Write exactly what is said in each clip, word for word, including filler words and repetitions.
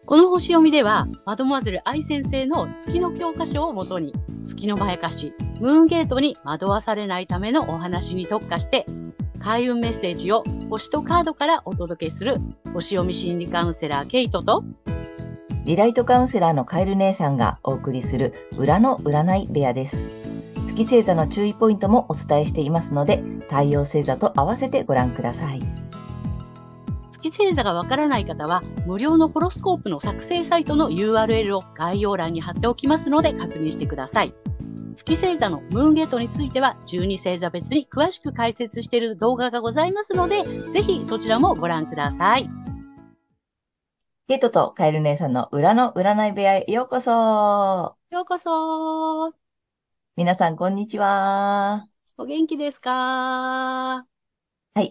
この星読みでは、マドモアゼル愛先生の月の教科書をもとに、月のまやかし、ムーンゲートに惑わされないためのお話に特化して、開運メッセージを星とカードからお届けする、星読み心理カウンセラーケイトと、 リライトカウンセラーのカエル姉さんがお送りする裏の占い部屋です。月星座の注意ポイントもお伝えしていますので、太陽星座と合わせてご覧ください。 月星座がわからない方は、無料のホロスコープの作成サイトの ユーアールエル を概要欄に貼っておきますので確認してください。月星座のムーンゲートについては、じゅうに星座別に詳しく解説している動画がございますので、ぜひそちらもご覧ください。 ケイトとカエル姉さんの裏の占い部屋へようこそ。 ようこそ。 皆さん、こんにちは。 お元気ですか？ はい、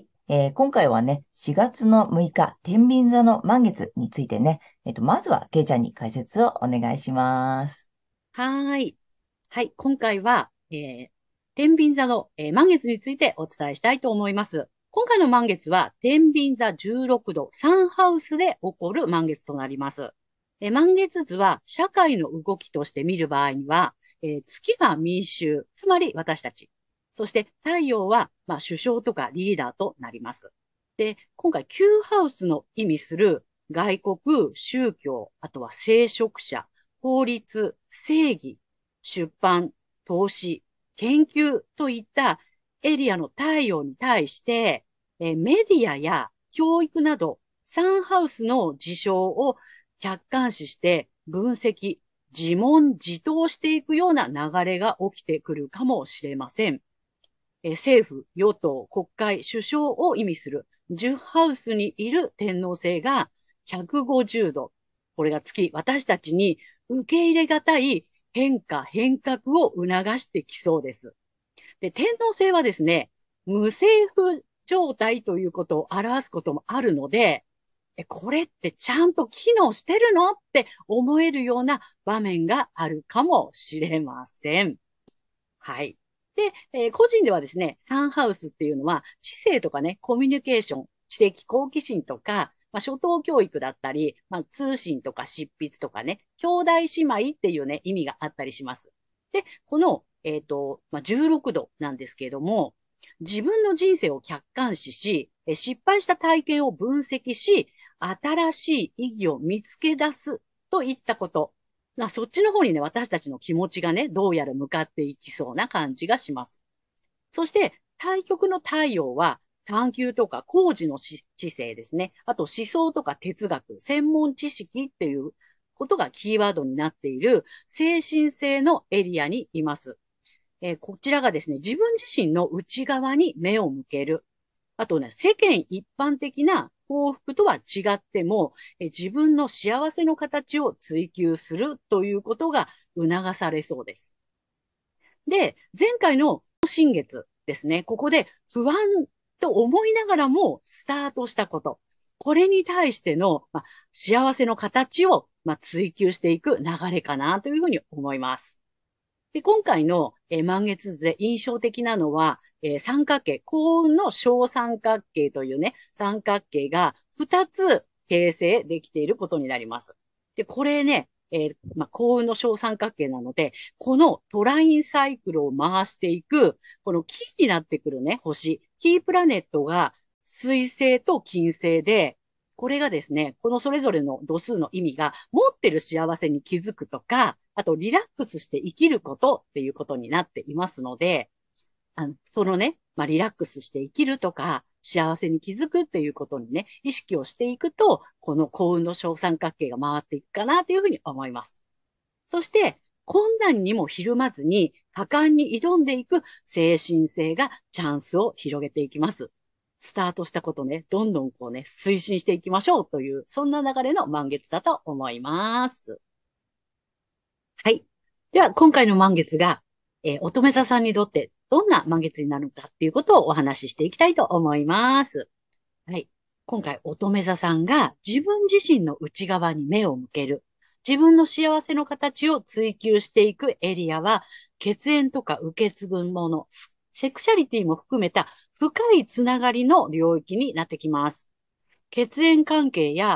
えー今回はね、しがつのむいか、天秤座の満月についてね、えっと、まずはケイちゃんに解説をお願いします。 はーい。はい。今回は、えー、天秤座の、えー満月についてお伝えしたいと思います。今回の満月は、天秤座じゅうろくど、サンハウスで起こる満月となります。えー満月図は、社会の動きとして見る場合には、えー月は民衆、つまり私たち。そして太陽は、まあ、首相とかリーダーとなります。で、今回、Q ハウスの意味する外国、宗教、あとは聖職者、法律、正義、出版、投資、研究といったエリアの太陽に対して、えーメディアや教育など、サンハウスの事象を客観視して分析、自問自答していくような流れが起きてくるかもしれません。えー政府、与党、国会、首相を意味するじゅうハウスにいる天皇星がひゃくごじゅうど。これが月、私たちに受け入れがたい変化、変革を促してきそうです。で、天皇星はですね、無政府状態ということを表すこともあるので、え、これってちゃんと機能してるのって思えるような場面があるかもしれません。はい。で、えー個人ではですね、サンハウスっていうのは、知性とかね、コミュニケーション、知的好奇心とか、まあ、初等教育だったり、まあ、通信とか執筆とかね、兄弟姉妹っていうね、意味があったりします。で、この、えっと、まあ、じゅうろくどなんですけれども、自分の人生を客観視し、え失敗した体験を分析し、新しい意義を見つけ出すといったこと。な、そっちの方にね、私たちの気持ちがね、どうやら向かっていきそうな感じがします。そして、対極の太陽は、探求とか工事の知知性ですね。あと思想とか哲学、専門知識っていうことがキーワードになっている精神性のエリアにいます。えーこちらがですね、自分自身の内側に目を向ける。あとね、世間一般的な幸福とは違っても、え自分の幸せの形を追求するということが促されそうです。で、前回の新月ですね、ここで不安と思いながらもスタートしたこと。これに対しての、まあ、幸せの形を、まあ、追求していく流れかなというふうに思います。で、今回の、えー満月図で印象的なのは、えー三角形、幸運の小三角形というね、三角形が二つ形成できていることになります。で、これね、えーまあ、幸運の小三角形なので、このトラインサイクルを回していく、このキーになってくるね、星、キープラネットが水星と金星で、これがですね、このそれぞれの度数の意味が持ってる幸せに気づくとか、あとリラックスして生きることっていうことになっていますので、あの、そのね、まあ、リラックスして生きるとか、幸せに気づくっていうことにね、意識をしていくと、この幸運の小三角形が回っていくかなというふうに思います。そして、困難にもひるまずに、果敢に挑んでいく精神性がチャンスを広げていきます。スタートしたことね、どんどんこうね、推進していきましょうという、そんな流れの満月だと思います。はい。では、今回の満月が、えー乙女座さんにとってどんな満月になるのかっていうことをお話ししていきたいと思います。はい。今回、乙女座さんが自分自身の内側に目を向ける。自分の幸せの形を追求していくエリアは、血縁とか受け継ぐもの、セクシャリティも含めた深いつながりの領域になってきます。血縁関係や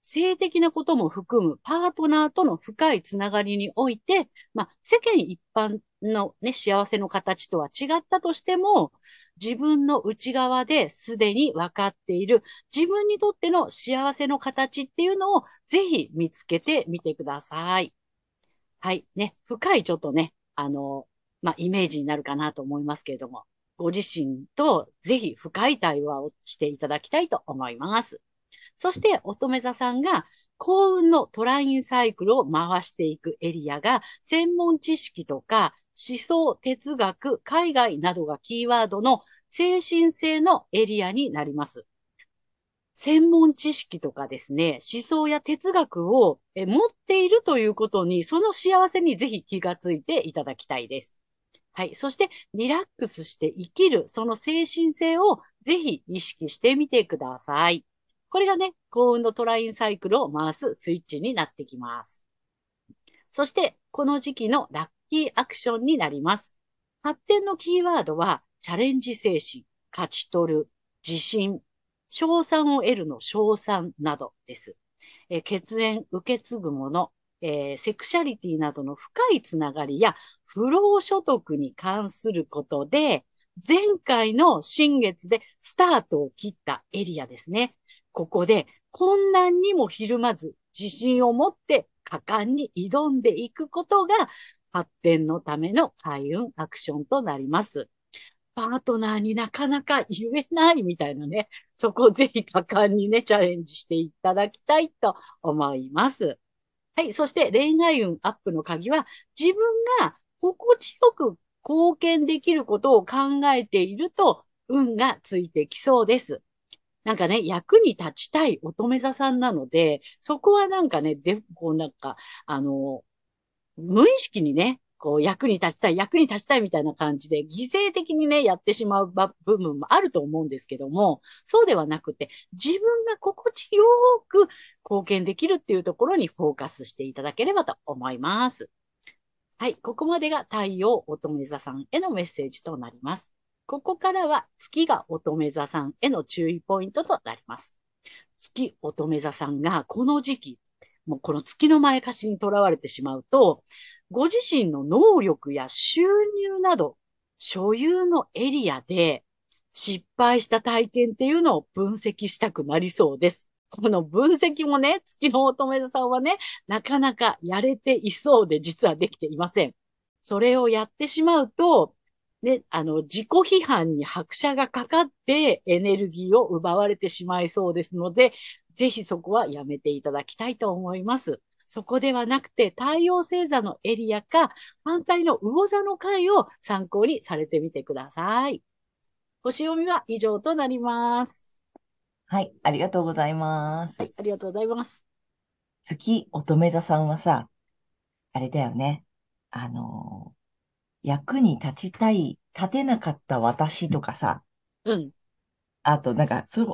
性的なことも含むパートナーとの深いつながりにおいて、まあ、世間一般のね、幸せの形とは違ったとしても、自分の内側ですでに分かっている自分にとっての幸せの形っていうのをぜひ見つけてみてください。はい。ね。深いちょっとね、あの、まあ、イメージになるかなと思いますけれども、ご自身とぜひ深い対話をしていただきたいと思います。そして、乙女座さんが幸運のトラインサイクルを回していくエリアが、専門知識とか思想、哲学、海外などがキーワードの精神性のエリアになります。専門知識とかですね、思想や哲学をえ持っているということに、その幸せにぜひ気がついていただきたいです。はい。そして、リラックスして生きる、その精神性をぜひ意識してみてください。これがね、幸運のトラインサイクルを回すスイッチになってきます。そして、この時期のラッキーアクションになります。発展のキーワードは、チャレンジ精神、勝ち取る、自信、賞賛を得るの賞賛などです。えー血縁、受け継ぐもの、えーセクシャリティなどの深いつながりや不労所得に関することで、前回の新月でスタートを切ったエリアですね。ここで困難にもひるまず自信を持って果敢に挑んでいくことが発展のための開運アクションとなります。パートナーになかなか言えないみたいなね、そこをぜひ果敢にね、チャレンジしていただきたいと思います。はい。そして恋愛運アップの鍵は、自分が心地よく貢献できることを考えていると、運がついてきそうです。なんかね、役に立ちたい乙女座さんなので、そこはなんかね、で、こうなんか、あの、無意識にね、こう役に立ちたい、役に立ちたいみたいな感じで、犠牲的にね、やってしまうば部分もあると思うんですけども、そうではなくて、自分が心地よく貢献できるっていうところにフォーカスしていただければと思います。はい、ここまでが太陽乙女座さんへのメッセージとなります。ここからは月が乙女座さんへの注意ポイントとなります。月乙女座さんがこの時期、もうこの月の前かしにとらわれてしまうと、ご自身の能力や収入など、所有のエリアで失敗した体験っていうのを分析したくなりそうです。この分析もね、月の乙女座さんはね、なかなかやれていそうで実はできていません。それをやってしまうと、ね、あの、自己批判に拍車がかかってエネルギーを奪われてしまいそうですので、ぜひそこはやめていただきたいと思います。そこではなくて、太陽星座のエリアか、反対の魚座の回を参考にされてみてください。星読みは以上となります。 はい、ありがとうございます。 はい、ありがとうございます。 月乙女座さんはさ、あれだよね。あのー役に立ちたい、立てなかった私とかさ、 うん。 あとなんか、そう、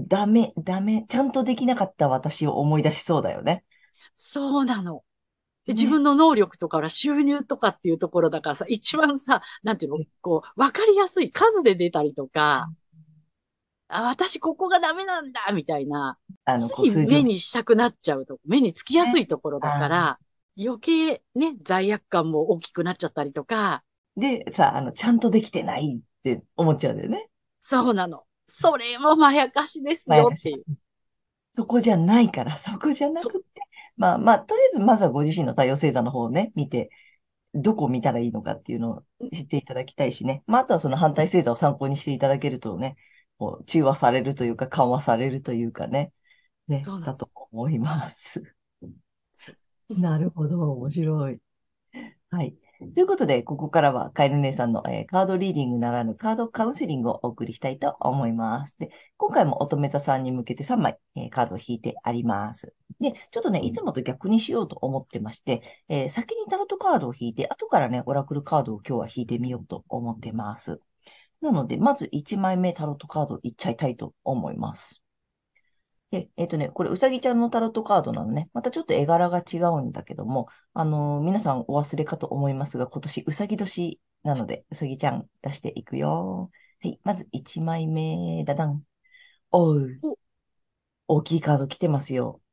ダメ、ダメ、ちゃんとできなかった私を思い出しそうだよね。 そうなの。で自ね。 分の能力とか収入とかっていうところだからさ、一番さ、なんていうの、こう、わかりやすい数で出たりとか、あ、私ここがダメなんだ、みたいな、 あの、 つこう、 い目数字を見にしたくなっちゃうと、目につきやすてね。 いところだかあら、余計ね、罪悪感も大きくなっちゃったりとか、 ーで、さ、あの、ちゃんとできてないって思っちゃうんだよね。 そうなの。それもまやかしですまやかしら。 よっていう。 そこじゃないから、そこじゃなそ、 くって。まあまあ、とりあえずまずはご自身の太陽星座の方をね、見て、どこを見たらいいのかっていうのを知っていただきたいしね。まあ、あとはその反対星座を参考にしていただけるとね、こう中和されるというか、緩和されるというかね、ね、 そうなの。 だと思います。 はい。 なるほど、面白い。はい。ということで、ここからはカエル姉さんの、えーカードリーディングならぬカードカウンセリングをお送りしたいと思います。で、今回も乙女座さんに向けてさんまい、えーカードを引いてあります。で、ちょっとね、いつもと逆にしようと思ってまして、えー先にタロットカードを引いて、後からね、オラクルカードを今日は引いてみようと思ってます。なので、まずいちまいめタロットカードいっちゃいたいと思います。で、えっとね、これ、うさぎちゃんのタロットカードなのね。またちょっと絵柄が違うんだけども、あのー皆さんお忘れかと思いますが、今年うさぎ年なので、うさぎちゃん出していくよ。はい、まずいちまいめ、だだん。おう、 お、 大きいカード来てますよ。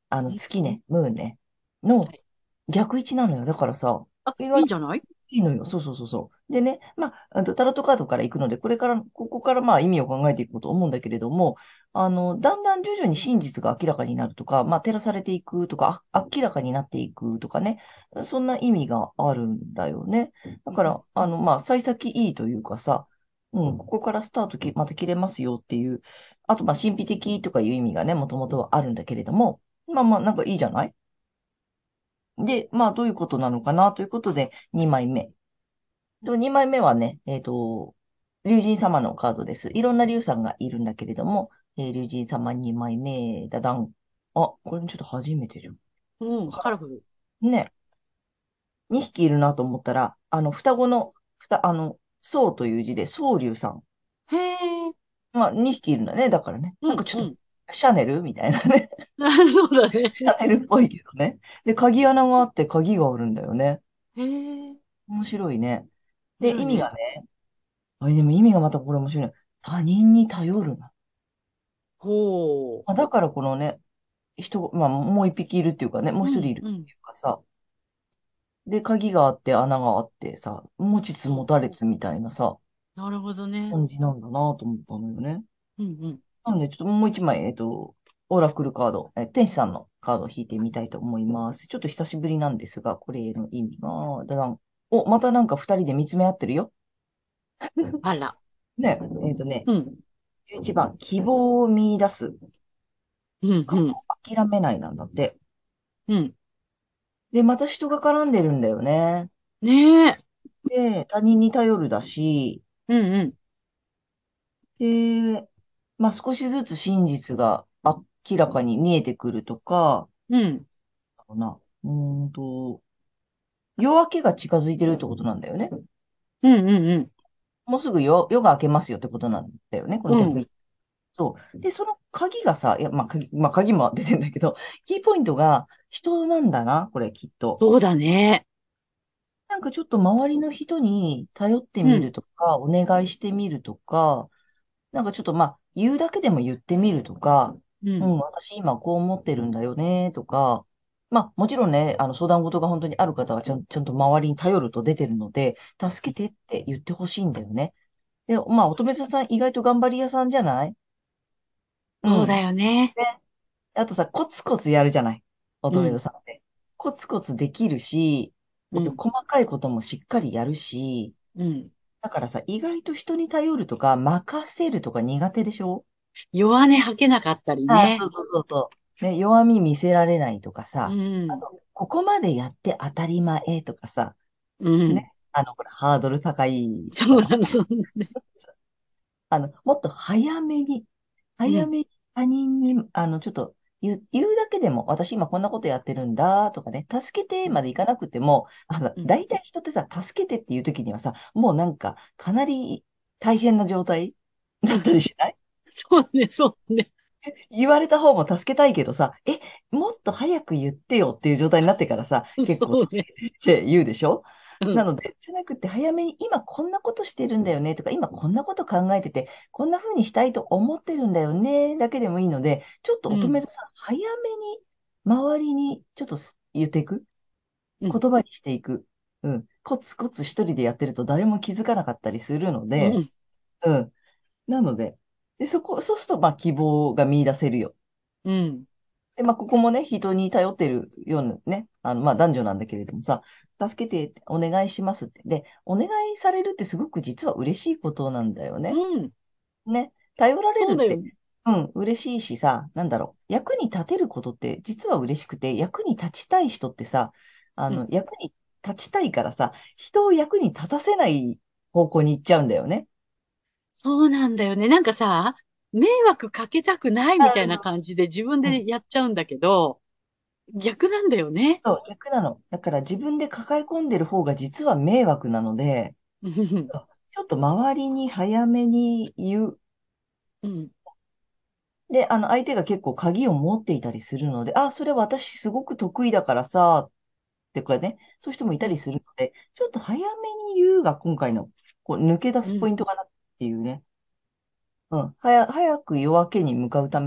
あのうん月ね、ムーンね、のはい。 逆位置なのよ。だからさ、 あ、 意外といいんじゃない？ いいのよ。そうそうそうそう。でね、まあ、あとタロットカードから行くので、これから、ここからまあ意味を考えていこうと思うんだけれども、あの、だんだん徐々に真実が明らかになるとか、まあ、照らされていくとか、あ明らかになっていくとかね、そんな意味があるんだよね。だから、あの、まあ、幸先いいというかさ、うん、ここからスタートき、また切れますよっていう、あと、まあ、神秘的とかいう意味がね、もともとはあるんだけれども、まあまあ、なんかいいじゃない。で、まあ、どういうことなのかなということで、にまいめ。でもにまいめはね、えっと、龍神様のカードです。いろんな龍さんがいるんだけれども、えー、龍神様にまいめ、だだん。あ、これもちょっと初めてじゃん。 うん、 カラカラフル。 フルね、にひきいるなと思ったら、あの、双子の、ふた、あの、宋という字で、宋龍さん。 へえ。 まあ、にひきいるんだね。だからね。 うん、 なんかちょっと、 うん。 シャネルみたいなね。 あ、そうだね。 シャネルっぽいけどね。で、鍵穴があって鍵があるんだよね。 へえ。 面白いね。で、意味面白いね。 がね、あ、でも意味がまたこれ面白い。他人に頼るな。 ほまあ、だからこのね、人、まあ、もう一匹いるっていうかね、もうう。う一人いん、うん。 るっていうかさ、で、鍵があって穴があってさ、持ちつうん。 持たれつみたいなさ、 なるほどね。 感じなんだなと思ったのよね。 うん、うん。 なので、ちょっともう一枚、えっと、オラクルカード、え、天使さんのカードを引いてみたいと思います。ちょっと久しぶりなんですが、これの意味が、だだん。お、またなんか二人で見つめ合ってるよ。 あら。 ね、えっとね、 うん、 じゅういちばん、希望を見出す。 うん、うん、 諦めないなんだって。 うん。 で、また人が絡んでるんだよね。 ねえ。 で、他人に頼るだし、 うん、うん、 で、まあ、少しずつ真実が明らかに見えてくるとか、 うん、 かな。うーんと、夜明けが近づいてるってことなんだよね。 うん、うん、うん。 もうすぐ夜、夜が明けますよってことなんだよね、このうん。 逆位。そう。で、その鍵がさ、いや、まあ、鍵、まあ、鍵も出てんだけど、キーポイントが人なんだな、これきっと。 そうだね。 なんかちょっと周りの人に頼ってみるうん、 とか、お願いしてみるとか、なんかちょっとまあ、言うだけでも言ってみるとか、 うん。 うん、私今こう思ってるんだよね、とか、まあ、もちろんね、あの相談事が本当にある方はちゃん、ちゃんと周りに頼ると出てるので、助けてって言ってほしいんだよね。で、まあ、乙女座さん意外と頑張り屋さんじゃない？うそうだん。 よね。 で、あとさ、コツコツやるじゃない。乙女座うん、 さんって。コツコツできるし、 うん、 細かいこともしっかりやるし、 うん。 だからさ、意外と人に頼るとか、任せるとか苦手でしょ？ 弱音吐けなかったりああ、 ね。 そうそうそうそう。ね、弱み見せられないとかうさ、あん、 と、ここまでやって当たり前とかさ、 うん。 ね、あの、これハードル高いさ、 そうなの、そうなのね。 あの、もっと早めに、 うん、 早めに他人に、あの、ちょっと言う、言うだけでも、私今こんなことやってるんだとかね、助けてうん、 までいかなくても、あの、 うん。 大体人ってさ、助けてっていう時にはさ、もうなんか、かなり大変な状態だったりしない？ そうね、そうね。 言われた方も助けたいけどさ、え、もっと早く言ってよっていう状態になってからさ、結構そうね。 助けてって言うでしょ？ うん、 なので、じゃなくて早めに今こんなことしてるんだよねとか、今こんなこと考えてて、こんな風にしたいと思ってるんだよねだけでもいいので、ちょっとうん、 乙女座さん、早めに周りにちょっとす言っていく。 うん、 言葉にしていく。うん。コツコツ一人でやってると誰も気づかなかったりするので、 うん、 うん。なので、で、そこ、そうすると、まあ、希望が見出せるよ。 うん、 で、まあ、ここもね、人に頼ってるようなね、あの、まあ、男女なんだけれどもさ、助けて、お願いしますって。で、お願いされるってすごく実は嬉しいことなんだよね。 うん。 ね。頼られるって、 そうだよね。 うん、嬉しいしさ、なんだろう。役に立てることって実は嬉しくて、役に立ちたい人ってさ、あの、 うん。 役に立ちたいからさ、人を役に立たせない方向に行っちゃうんだよね。 そうなんだよね。なんかさ、迷惑かけたくないみたいなあ感じで自分うんでやっちゃうんだけど、逆なんだよね。 そう、逆なの。だから自分で抱え込んでる方が実は迷惑なので、 うん、 ちょっと周りに早めに言う。 うん、 で、あの、相手が結構鍵を持っていたりするので、あ、それ私すごく得意だからさ、ってこれね、そういう人もいたりうん、 するので、ちょっと早めに言うが今回のこう抜け出すポイうん、 ントかなっていうね。うん。早、早く夜明けに向かうために、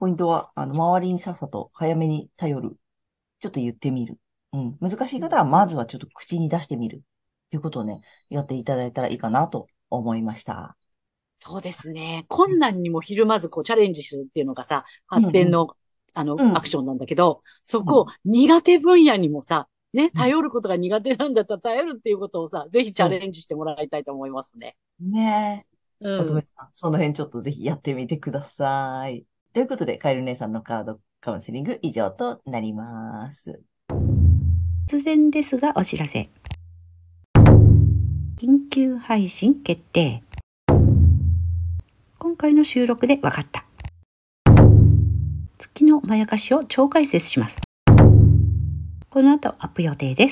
ポイントは、あの、周りにさっさと早めに頼る。ちょっと言ってみる。うん。難しいうん。 方は、まずはちょっと口に出してみる。ということをね、やっていただいたらいいかなと思いました。 そうですね。困難にもひるまずこうチャレンジするっていうのがさ、 うんうん。 発展の、あの、 うん。 アクションなんだけど、そこをうん。 苦手分野にもさ、ね、 うん。 頼ることが苦手なんだったら頼るっていうことをさ、ぜひチャそレンジしてもらいたいと思いますね。 う。ねえ。 うん。 乙女さん、その辺ちょっとぜひやってみてください。ということで、カエル姉さんのカードカウンセリング以上となります。 突然ですがお知らせ。緊急配信決定。今回の収録で分かった。月のまやかしを超解説します。この後アップ予定です。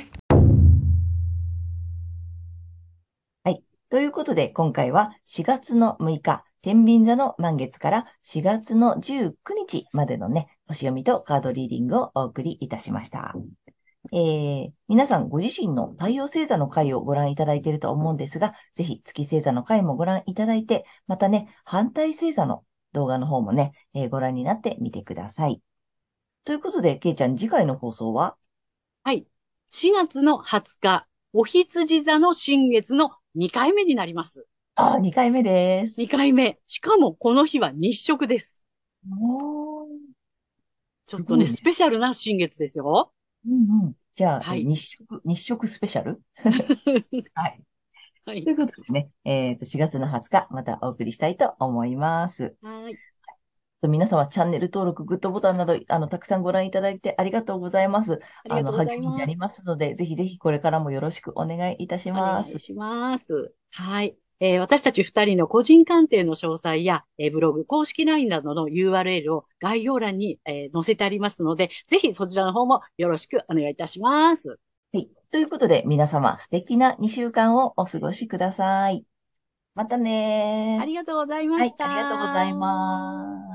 はい。ということで、今回はしがつのむいか、天秤座の満月からしがつのじゅうくにちまでのね、星読みとカードリーディングをお送りいたしました。えー、皆さんご自身の太陽星座の回をご覧いただいていると思うんですが、ぜひ月星座の回もご覧いただいて、またね、反対星座の動画の方もね、えーご覧になってみてください。ということで、けいちゃん、次回の放送は？ はい。しがつのはつか、お羊座の新月のにかいめになります。 あー、にかいめです。 にかいめ。しかもこの日は日食です。 おー、 ちょっとね、 すごいね。 スペシャルな新月ですよ。 うんうん。じゃあ、えはい。 日食、日食スペシャルはい。 はい。 ということでね、えっと、しがつのはつか、またお送りしたいと思います。 はい。 皆様、チャンネル登録、グッドボタンなど、あの、たくさんご覧いただいてありがとうございます。あの、 ありがとうござい励みになります。 ますので、ぜひぜひこれからもよろしくお願いいたしお願ます。 いします。はい。えー私たち二人の個人鑑定の詳細や、えーブログ、公式 ライン などの ユーアールエル を概要欄に、えー載せてありますので、ぜひそちらの方もよろしくお願いいたします。 はい。ということで、皆様、素敵なにしゅうかんをお過ごしください。またねー。 ありがとうございましはい、ありがとうございた。 ます。